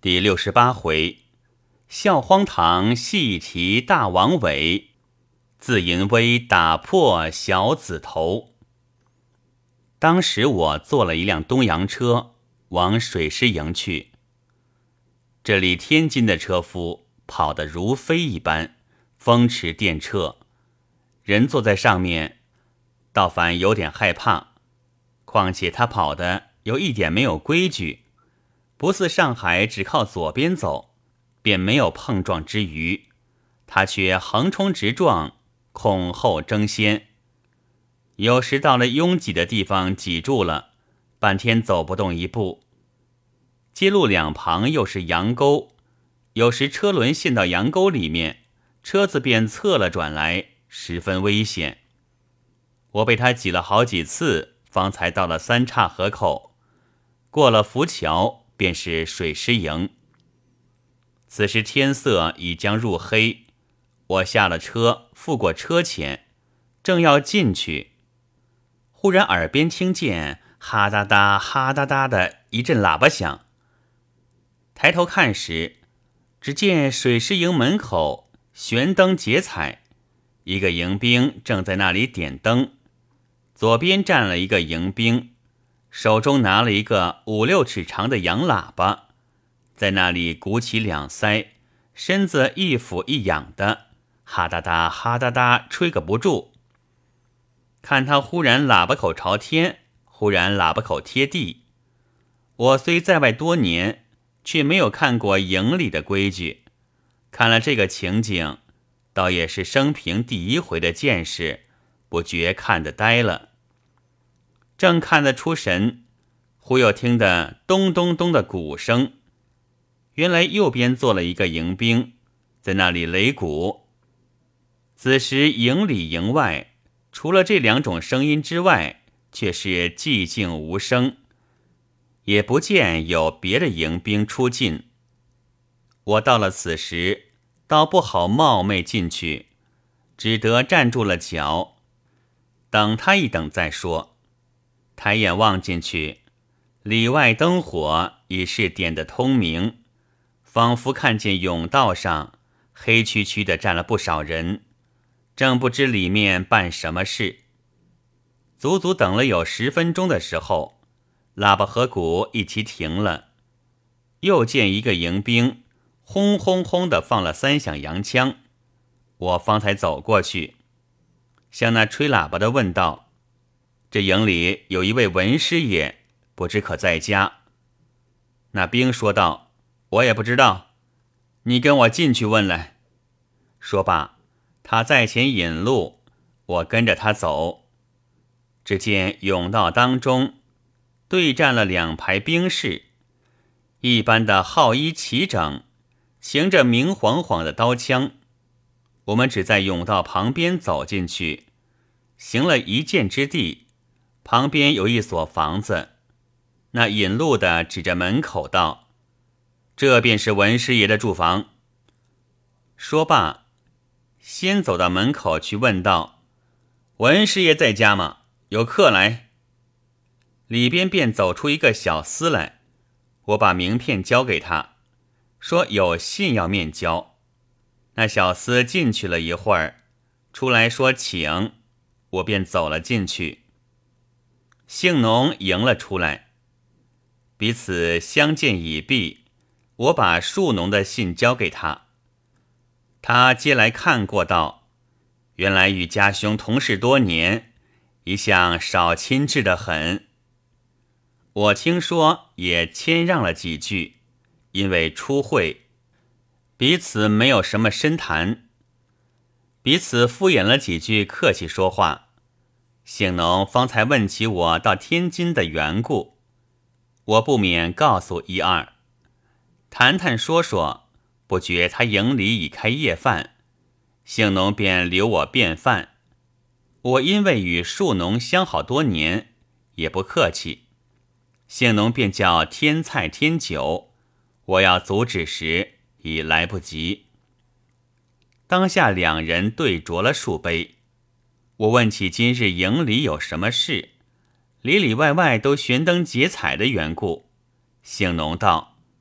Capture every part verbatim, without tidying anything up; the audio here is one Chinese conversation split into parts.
第六十八回，笑荒唐戏题大王尾，自淫威打破小子头。当时我坐了一辆东洋车往水师营去，这里天津的车夫跑得如飞一般，风驰电掣，人坐在上面倒反有点害怕，况且他跑的有一点没有规矩，不似上海只靠左边走，便没有碰撞之余，他却横冲直撞，恐后争先。有时到了拥挤的地方挤住了，半天走不动一步。街路两旁又是羊沟，有时车轮陷到羊沟里面，车子便侧了转来，十分危险。我被他挤了好几次，方才到了三岔河口，过了浮桥，便是水师营。此时天色已将入黑，我下了车，付过车钱，正要进去，忽然耳边听见哈哒哒哈哒哒的一阵喇叭响。抬头看时，只见水师营门口悬灯结彩，一个营兵正在那里点灯，左边站了一个营兵，手中拿了一个五六尺长的洋喇叭，在那里鼓起两腮，身子一俯一仰的，哈哒哒哈哒哒吹个不住。看他忽然喇叭口朝天，忽然喇叭口贴地。我虽在外多年，却没有看过营里的规矩，看了这个情景，倒也是生平第一回的见识，不觉看得呆了。正看得出神，忽又听得咚咚咚的鼓声，原来右边坐了一个营兵，在那里擂鼓。此时营里营外，除了这两种声音之外，却是寂静无声，也不见有别的营兵出进。我到了此时，倒不好冒昧进去，只得站住了脚，等他一等再说。抬眼望进去，里外灯火已是点得通明，仿佛看见甬道上黑黢黢的站了不少人，正不知里面办什么事。足足等了有十分钟的时候，喇叭和鼓一齐停了，又见一个营兵轰轰轰地放了三响洋枪，我方才走过去，向那吹喇叭的问道：这营里有一位文师爷，不知可在家？那兵说道：我也不知道，你跟我进去问来。说罢，他在前引路，我跟着他走。只见甬道当中对站了两排兵士，一般的号衣齐整，行着明晃晃的刀枪。我们只在甬道旁边走进去，行了一箭之地，旁边有一所房子，那引路的指着门口道：这便是文师爷的住房。说罢，先走到门口去问道：文师爷在家吗？有客来。里边便走出一个小厮来，我把名片交给他，说有信要面交。那小厮进去了一会儿，出来说请，我便走了进去。姓农迎了出来，彼此相见已毕，我把树农的信交给他，他接来看过道：原来与家兄同事多年，一向少亲至得很。我听说也谦让了几句，因为初会，彼此没有什么深谈，彼此敷衍了几句客气说话。姓农方才问起我到天津的缘故，我不免告诉一二，谈谈说说，不觉他营里已开夜饭，姓农便留我便饭。我因为与树农相好多年，也不客气，姓农便叫添菜添酒，我要阻止时已来不及。当下两人对酌了数杯，我问起今日营里有什么事，里里外外都悬灯结彩的缘故。姓农道：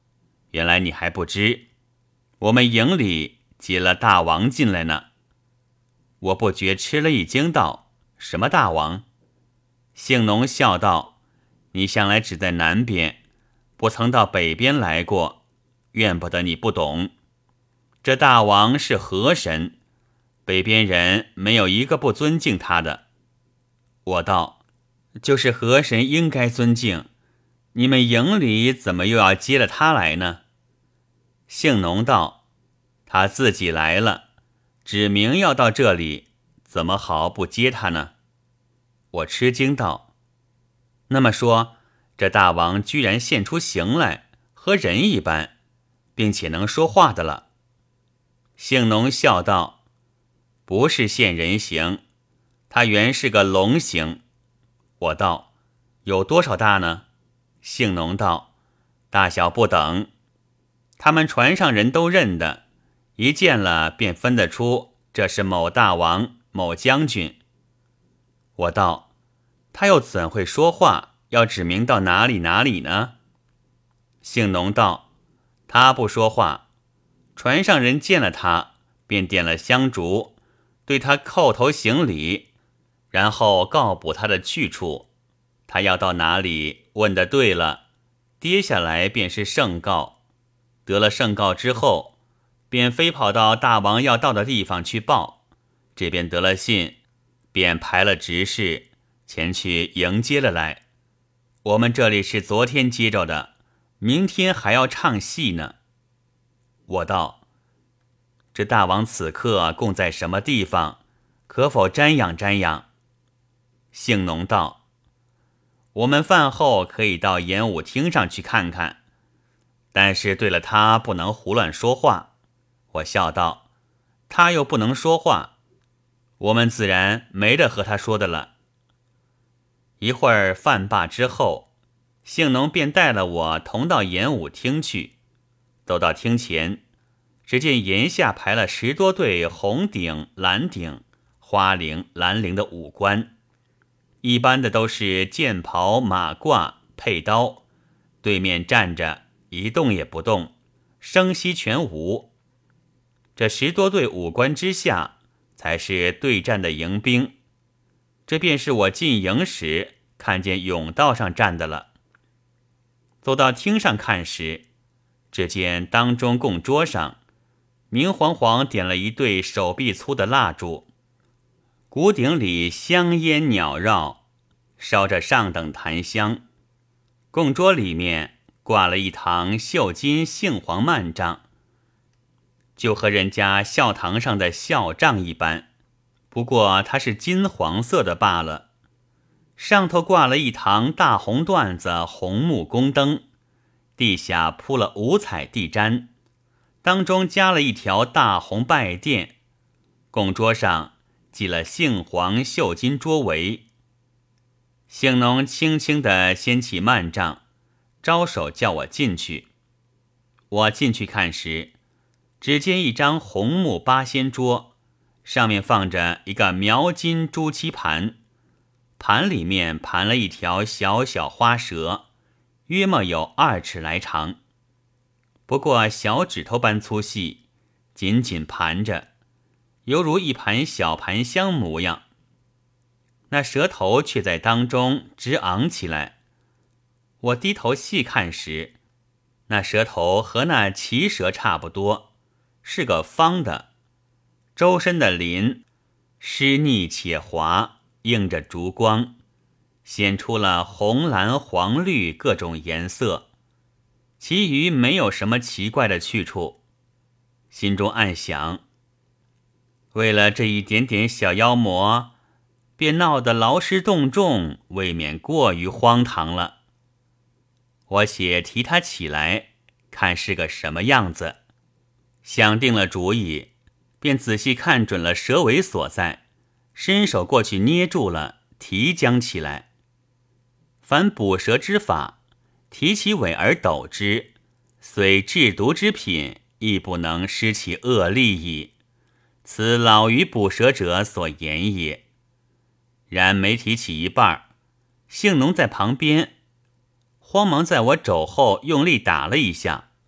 原来你还不知，我们营里接了大王进来呢。我不觉吃了一惊，道：什么大王？姓农笑道：你向来只在南边，不曾到北边来过，怨不得你不懂。这大王是河神，北边人没有一个不尊敬他的。我道：就是河神应该尊敬，你们营里怎么又要接了他来呢？姓农道：他自己来了，指明要到这里，怎么好不接他呢？我吃惊道：那么说，这大王居然现出形来，和人一般，并且能说话的了。姓农笑道：不是现人形，他原是个龙形。我道：有多少大呢？姓农道：大小不等。他们船上人都认得，一见了便分得出这是某大王、某将军。我道：他又怎会说话，要指明到哪里哪里呢？姓农道：他不说话，船上人见了他，便点了香烛，对他叩头行礼，然后告补他的去处。他要到哪里，问得对了，跌下来便是圣告。得了圣告之后，便飞跑到大王要到的地方去报。这边得了信，便排了执事前去迎接了来。我们这里是昨天接着的，明天还要唱戏呢。我道：这大王此刻共在什么地方，可否瞻仰瞻仰？姓农道：我们饭后可以到演武厅上去看看，但是对了他不能胡乱说话。我笑道：他又不能说话，我们自然没得和他说的了。一会儿饭罢之后，姓农便带了我同到演武厅去。走到厅前，只见檐下排了十多对红顶、蓝顶、花翎、蓝翎的武官，一般的都是剑袍、马褂、佩刀，对面站着一动也不动，声息全无。这十多对武官之下，才是对战的营兵。这便是我进营时看见甬道上站的了。走到厅上看时，只见当中供桌上明晃晃点了一对手臂粗的蜡烛，鼓顶里香烟袅绕，烧着上等檀香。供桌里面挂了一堂绣金杏黄幔帐，就和人家孝堂上的孝帐一般，不过它是金黄色的罢了。上头挂了一堂大红缎子红木宫灯，地下铺了五彩地毡，当中加了一条大红拜垫，供桌上系了杏黄绣金桌围。姓农轻轻地掀起幔帐，招手叫我进去。我进去看时，只见一张红木八仙桌，上面放着一个描金朱漆盘，盘里面盘了一条小小花蛇，约莫有二尺来长，不过小指头般粗细，紧紧盘着，犹如一盘小盘香模样。那蛇头却在当中直昂起来。我低头细看时，那蛇头和那奇蛇差不多，是个方的，周身的鳞湿腻且滑，映着烛光，显出了红蓝黄绿各种颜色，其余没有什么奇怪的去处。心中暗想，为了这一点点小妖魔，便闹得劳师动众，未免过于荒唐了。我且提他起来，看是个什么样子。想定了主意，便仔细看准了蛇尾所在，伸手过去捏住了，提将起来。凡捕蛇之法，提起尾而抖之，虽制毒之品，亦不能失其恶力矣。此老于捕蛇者所言也。然没提起一半，姓农在旁边慌忙在我肘后用力打了一下，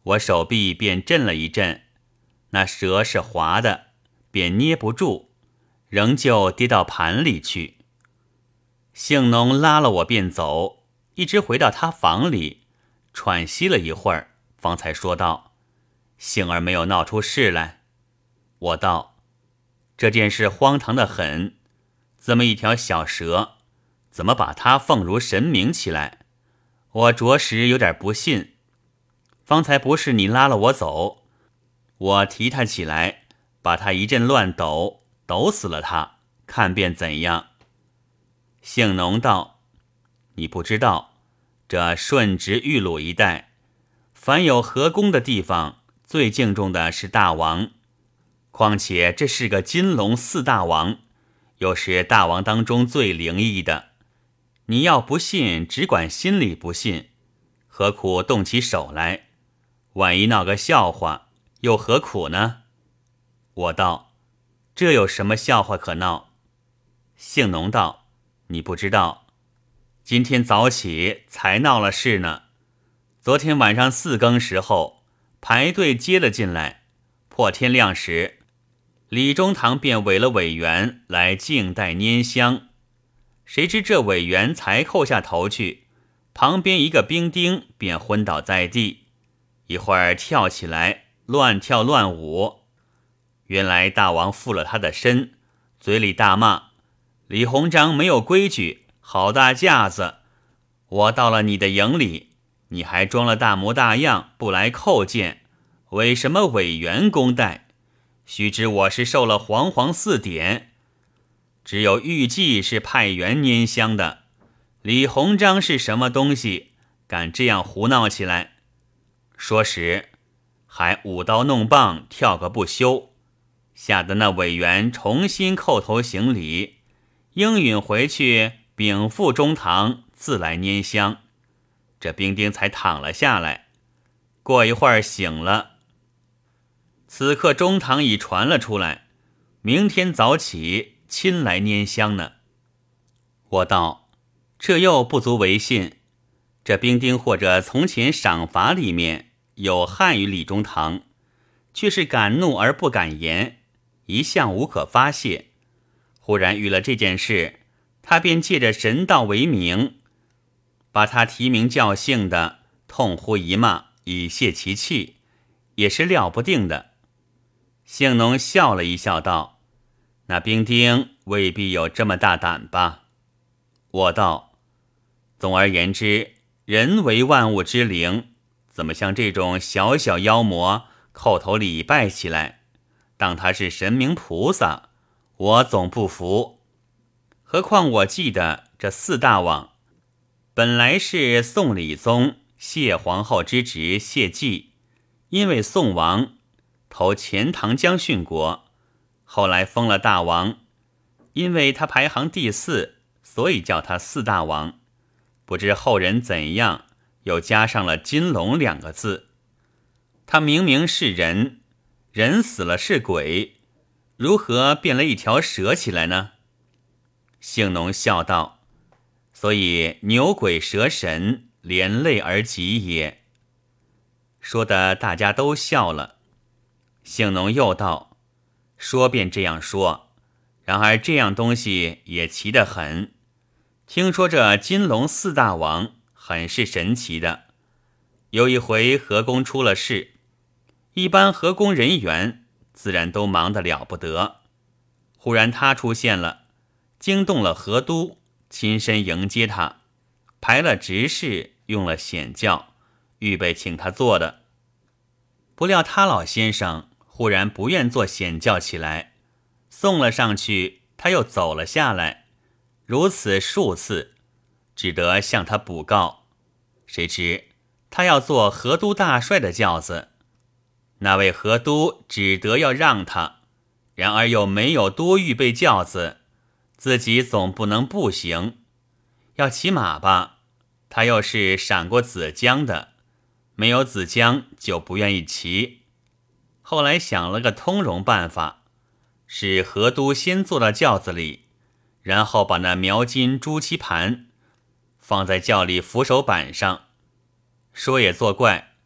我手臂便震了一震，那蛇是滑的，便捏不住，仍旧跌到盘里去。杏农拉了我便走，一直回到他房里，喘息了一会儿，方才说道：杏儿没有闹出事来。我道：这件事荒唐得很，这么一条小蛇，怎么把它奉如神明起来？我着实有点不信。方才不是你拉了我走，我提他起来，把他一阵乱抖，抖死了他，看便怎样？杏农道：你不知道，这顺直玉鲁一带，凡有河宫的地方，最敬重的是大王。况且这是个金龙四大王，又是大王当中最灵异的。你要不信，只管心里不信，何苦动起手来？万一闹个笑话，又何苦呢？我道：这有什么笑话可闹？杏农道：你不知道，今天早起才闹了事呢。昨天晚上四更时候，排队接了进来，破天亮时，李中堂便委了委员来静待拈香。谁知这委员才叩下头去，旁边一个兵丁便昏倒在地，一会儿跳起来乱跳乱舞。原来大王附了他的身，嘴里大骂：李鸿章没有规矩，好大架子！我到了你的营里，你还装了大模大样不来叩见，为什么委员公带？须知我是受了皇皇四典，只有玉帝是派员拈香的。李鸿章是什么东西，敢这样胡闹起来？说时还舞刀弄棒，跳个不休，吓得那委员重新叩头行礼，应允回去禀赋中堂，自来拈香。这兵丁才躺了下来，过一会儿醒了。此刻中堂已传了出来，明天早起亲来拈香呢。我道：这又不足为信，这兵丁或者从前赏罚里面有害于李中堂，却是敢怒而不敢言，一向无可发泄。忽然遇了这件事，他便借着神道为名，把他提名叫姓的痛呼一骂，以泄其气，也是料不定的。杏农笑了一笑道：那兵丁未必有这么大胆吧？我道：总而言之，人为万物之灵，怎么像这种小小妖魔叩头礼拜起来，当他是神明菩萨，我总不服。何况我记得这四大王本来是宋理宗谢皇后之侄谢继，因为宋王投钱塘江殉国，后来封了大王，因为他排行第四，所以叫他四大王。不知后人怎样又加上了金龙两个字。他明明是人，人死了是鬼，如何变了一条蛇起来呢？杏农笑道：所以牛鬼蛇神连累而极也。说得大家都笑了。杏农又道：说便这样说，然而这样东西也奇得很。听说这金龙四大王很是神奇的。有一回河宫出了事，一般河宫人员自然都忙得了不得，忽然他出现了，惊动了河都，亲身迎接他，排了执事，用了显教，预备请他做的。不料他老先生忽然不愿做显教起来，送了上去，他又走了下来，如此数次，只得向他补告。谁知他要做河都大帅的轿子，那位河都只得要让他，然而又没有多预备轿子，自己总不能不行。要骑马吧，他又是闪过子江的，没有子江就不愿意骑。后来想了个通融办法，使河都先坐到轿子里，然后把那描金朱漆盘放在轿里扶手板上。说也作怪，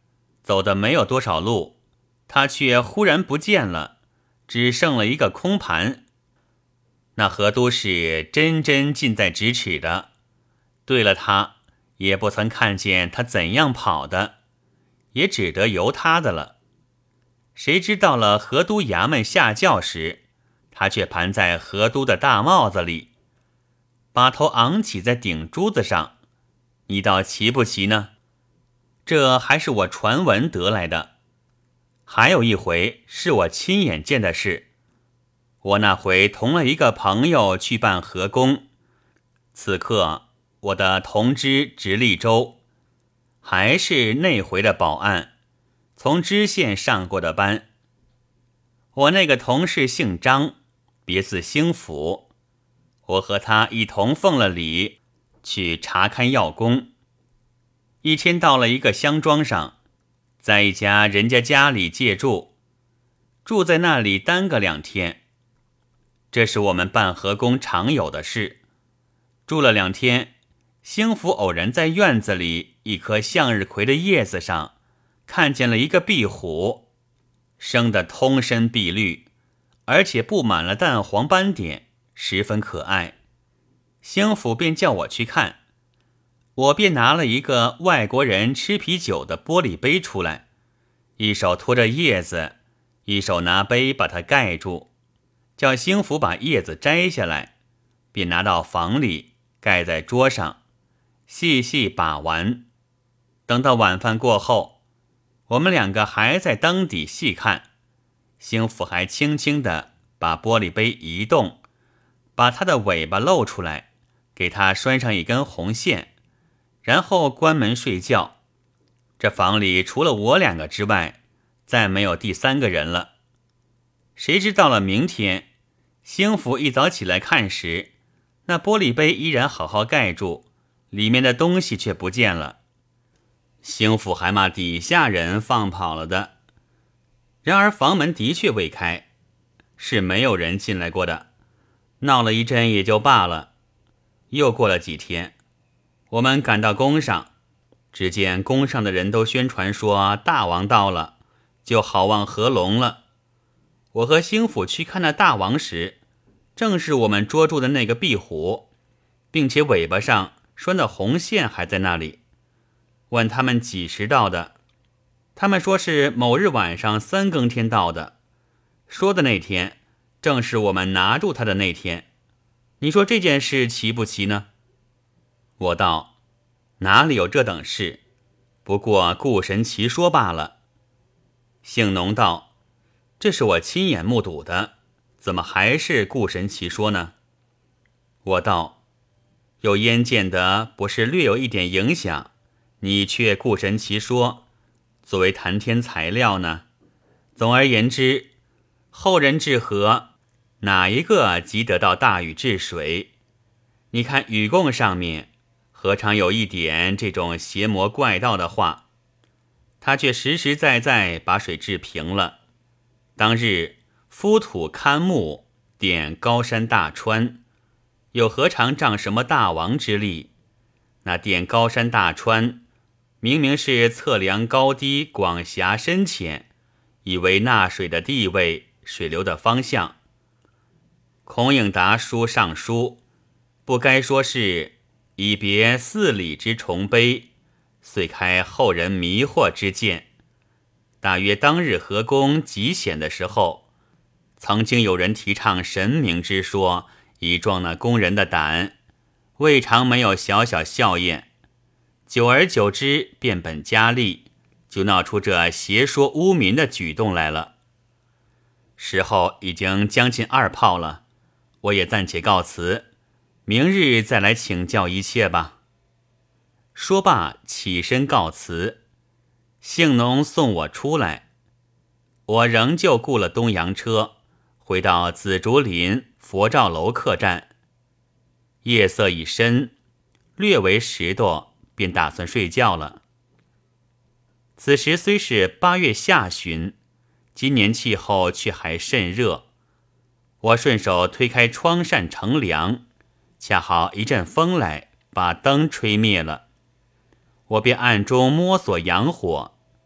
走的没有多少路，他却忽然不见了，只剩了一个空盘。那河都是真真近在咫尺的，对了他也不曾看见他怎样跑的，也只得由他的了。谁知到了河都衙门下轿时，他却盘在河都的大帽子里，把头昂起在顶珠子上，你道奇不奇呢？这还是我传闻得来的。还有一回是我亲眼见的事，我那回同了一个朋友去办河工，此刻我的同知直隶州，还是那回的保安，从知县上过的班。我那个同事姓张，别字兴福，我和他一同奉了礼去查看要工。一天到了一个乡庄上，在一家人家家里借住，住在那里耽搁两天。这是我们办河工常有的事。住了两天，兴福偶然在院子里一棵向日葵的叶子上看见了一个壁虎，生得通身碧绿，而且布满了淡黄斑点，十分可爱。兴福便叫我去看，我便拿了一个外国人吃啤酒的玻璃杯出来，一手托着叶子，一手拿杯把它盖住，叫兴福把叶子摘下来，便拿到房里盖在桌上，细细把玩。等到晚饭过后，我们两个还在灯底细看，兴福还轻轻地把玻璃杯移动，把它的尾巴露出来，给它拴上一根红线，然后关门睡觉。这房里除了我两个之外，再没有第三个人了。谁知到了明天，兴福一早起来看时，那玻璃杯依然好好盖住，里面的东西却不见了。兴福还骂底下人放跑了的。然而房门的确未开，是没有人进来过的，闹了一阵也就罢了。又过了几天，我们赶到宫上，只见宫上的人都宣传说大王到了，就好望合龙了。我和兴福去看那大王时，正是我们捉住的那个壁虎，并且尾巴上拴的红线还在那里。问他们几时到的，他们说是某日晚上三更天到的，说的那天正是我们拿住他的那天。你说这件事奇不奇呢？我道，哪里有这等事，不过故神奇说罢了。姓农道，这是我亲眼目睹的，怎么还是故神奇说呢？我道，有焉见得不是略有一点影响，你却故神奇说，作为谈天材料呢？总而言之，后人治河，哪一个及得到大禹治水？你看禹贡上面何尝有一点这种邪魔怪道的话？他却实实在在把水治平了。当日敷土勘木，点高山大川，又何尝仗什么大王之力？那点高山大川明明是测量高低广狭深浅，以为纳水的地位，水流的方向。孔颖达书上书，不该说是以别四里之重碑，遂开后人迷惑之见。大约当日河工极险的时候，曾经有人提倡神明之说，以壮那工人的胆，未尝没有小小效验。久而久之，变本加厉，就闹出这邪说污民的举动来了。时候已经将近二炮了，我也暂且告辞，明日再来请教一切吧。说罢起身告辞。姓农送我出来，我仍旧雇了东洋车，回到紫竹林佛照楼客栈。夜色已深，略为时多，便打算睡觉了。此时虽是八月下旬，今年气候却还甚热。我顺手推开窗扇乘凉，恰好一阵风来，把灯吹灭了。我便暗中摸索洋火，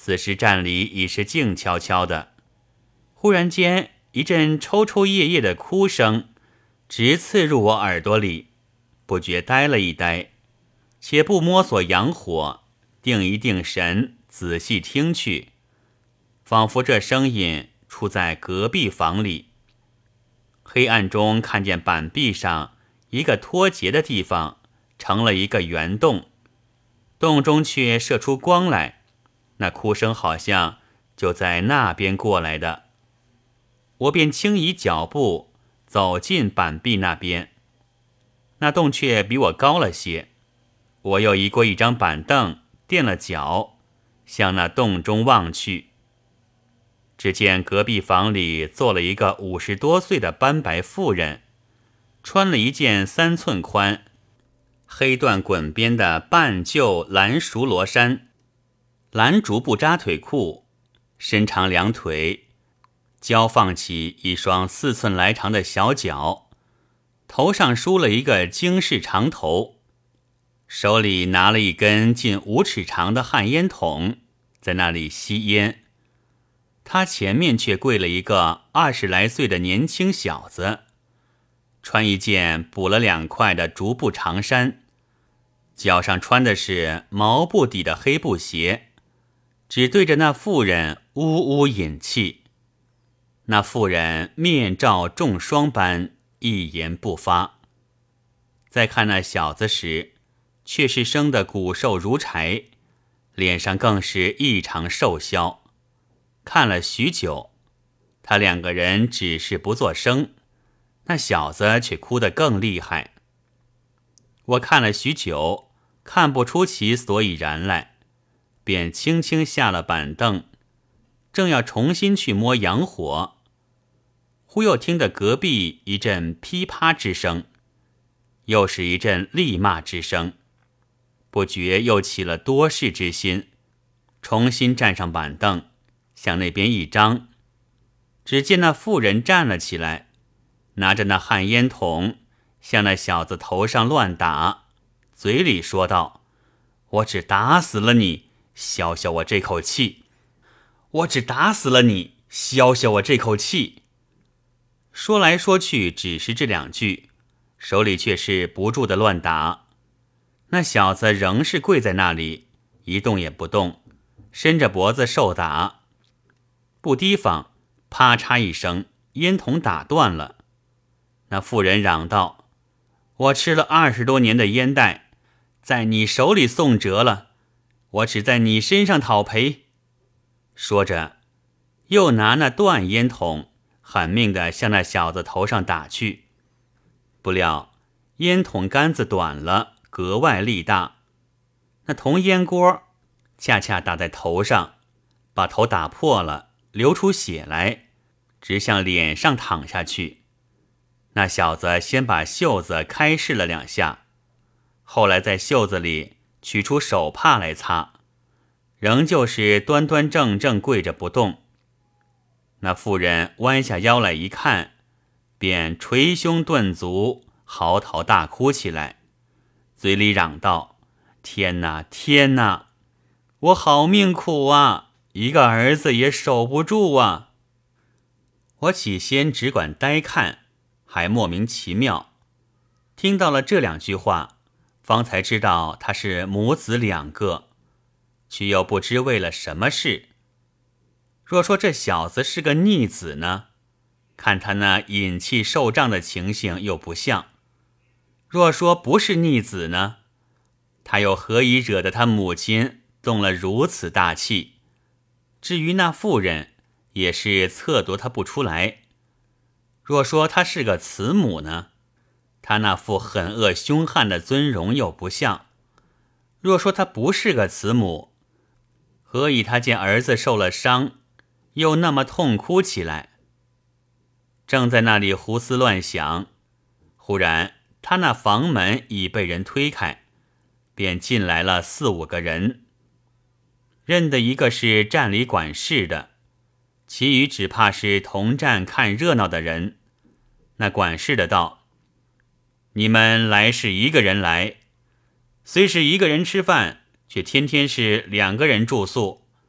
此时站里已是静悄悄的，忽然间一阵抽抽噎噎的哭声直刺入我耳朵里，不觉呆了一呆，且不摸索阳火，定一定神，仔细听去，仿佛这声音出在隔壁房里。黑暗中看见板壁上一个脱节的地方成了一个圆洞，洞中却射出光来，那哭声好像就在那边过来的。我便轻移脚步走进板壁那边，那洞却比我高了些，我又移过一张板凳垫了脚，向那洞中望去。只见隔壁房里坐了一个五十多岁的斑白妇人，穿了一件三寸宽黑缎滚边的半旧蓝熟罗衫，蓝竹布扎腿裤，伸长两腿，交放起一双四寸来长的小脚，头上梳了一个京式长头，手里拿了一根近五尺长的旱烟筒，在那里吸烟。他前面却跪了一个二十来岁的年轻小子，穿一件补了两块的竹布长衫，脚上穿的是毛布底的黑布鞋，只对着那妇人呜呜饮气。那妇人面罩重霜般一言不发。再看那小子时，却是生得骨瘦如柴，脸上更是异常瘦削。看了许久，他两个人只是不作声，那小子却哭得更厉害。我看了许久，看不出其所以然来，便轻轻下了板凳，正要重新去摸洋火，忽又听得隔壁一阵噼啪之声，又是一阵厉骂之声，不觉又起了多事之心，重新站上板凳，向那边一张，只见那妇人站了起来，拿着那旱烟筒向那小子头上乱打，嘴里说道：我只打死了你，消消我这口气，我只打死了你，消消我这口气。说来说去只是这两句，手里却是不住的乱打。那小子仍是跪在那里，一动也不动，伸着脖子受打。不提防，啪嚓一声，烟筒打断了。那妇人嚷道：我吃了二十多年的烟袋，在你手里送折了，我只在你身上讨赔。说着，又拿那断烟筒狠命地向那小子头上打去。不料烟筒杆子短了，格外力大，那铜烟锅恰恰打在头上，把头打破了，流出血来，直向脸上淌下去。那小子先把袖子开试了两下，后来在袖子里取出手帕来擦，仍旧是端端正正跪着不动。那妇人弯下腰来一看，便捶胸顿足，嚎啕大哭起来，嘴里嚷道：天哪，天哪，我好命苦啊，一个儿子也守不住啊！我起先只管呆看，还莫名其妙，听到了这两句话，方才知道他是母子两个，却又不知为了什么事。若说这小子是个逆子呢，看他那饮气受胀的情形又不像；若说不是逆子呢，他又何以惹得他母亲动了如此大气？至于那妇人，也是测度他不出来。若说他是个慈母呢，他那副狠恶凶悍的尊容又不像；若说他不是个慈母，何以他见儿子受了伤，又那么痛哭起来？正在那里胡思乱想，忽然他那房门已被人推开，便进来了四五个人，认得一个是站里管事的，其余只怕是同站看热闹的人。那管事的道：你们来是一个人来，虽是一个人吃饭，却天天是两个人住宿，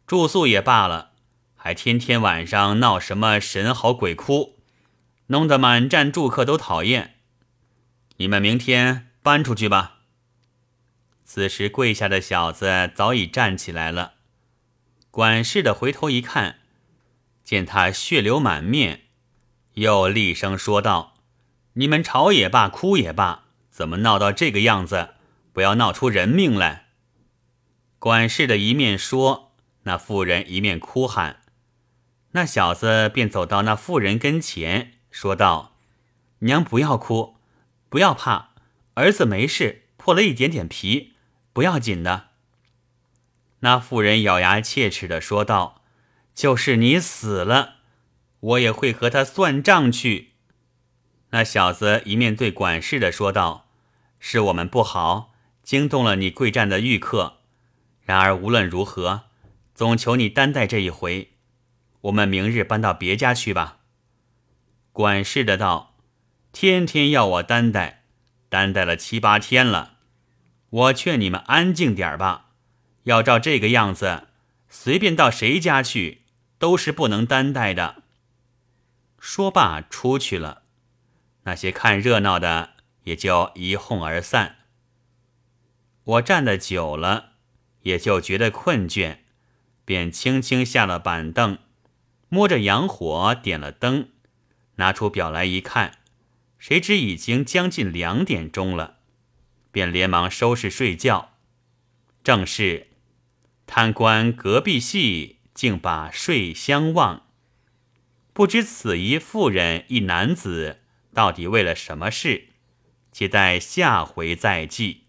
住宿也罢了，还天天晚上闹什么神嚎鬼哭，弄得满站住客都讨厌。你们明天搬出去吧。”此时跪下的小子早已站起来了，管事的回头一看，见他血流满面，又厉声说道：“你们吵也罢，哭也罢，怎么闹到这个样子？不要闹出人命来！”管事的一面说，那妇人一面哭喊。那小子便走到那妇人跟前，说道：“娘不要哭，不要怕，儿子没事，破了一点点皮，不要紧的。”那妇人咬牙切齿地说道：“就是你死了，我也会和他算账去。”那小子一面对管事的说道：“是我们不好，惊动了你贵站的御客，然而无论如何，总求你担待这一回，我们明日搬到别家去吧。”管事的道：“天天要我担待，担待了七八天了，我劝你们安静点吧，要照这个样子，随便到谁家去都是不能担待的。”说罢出去了，那些看热闹的也就一哄而散。我站得久了，也就觉得困倦，便轻轻下了板凳，摸着洋火点了灯，拿出表来一看，谁知已经将近两点钟了，便连忙收拾睡觉。正是贪官隔壁戏，竟把睡相忘。不知此一妇人一男子到底为了什么事，且待下回再记。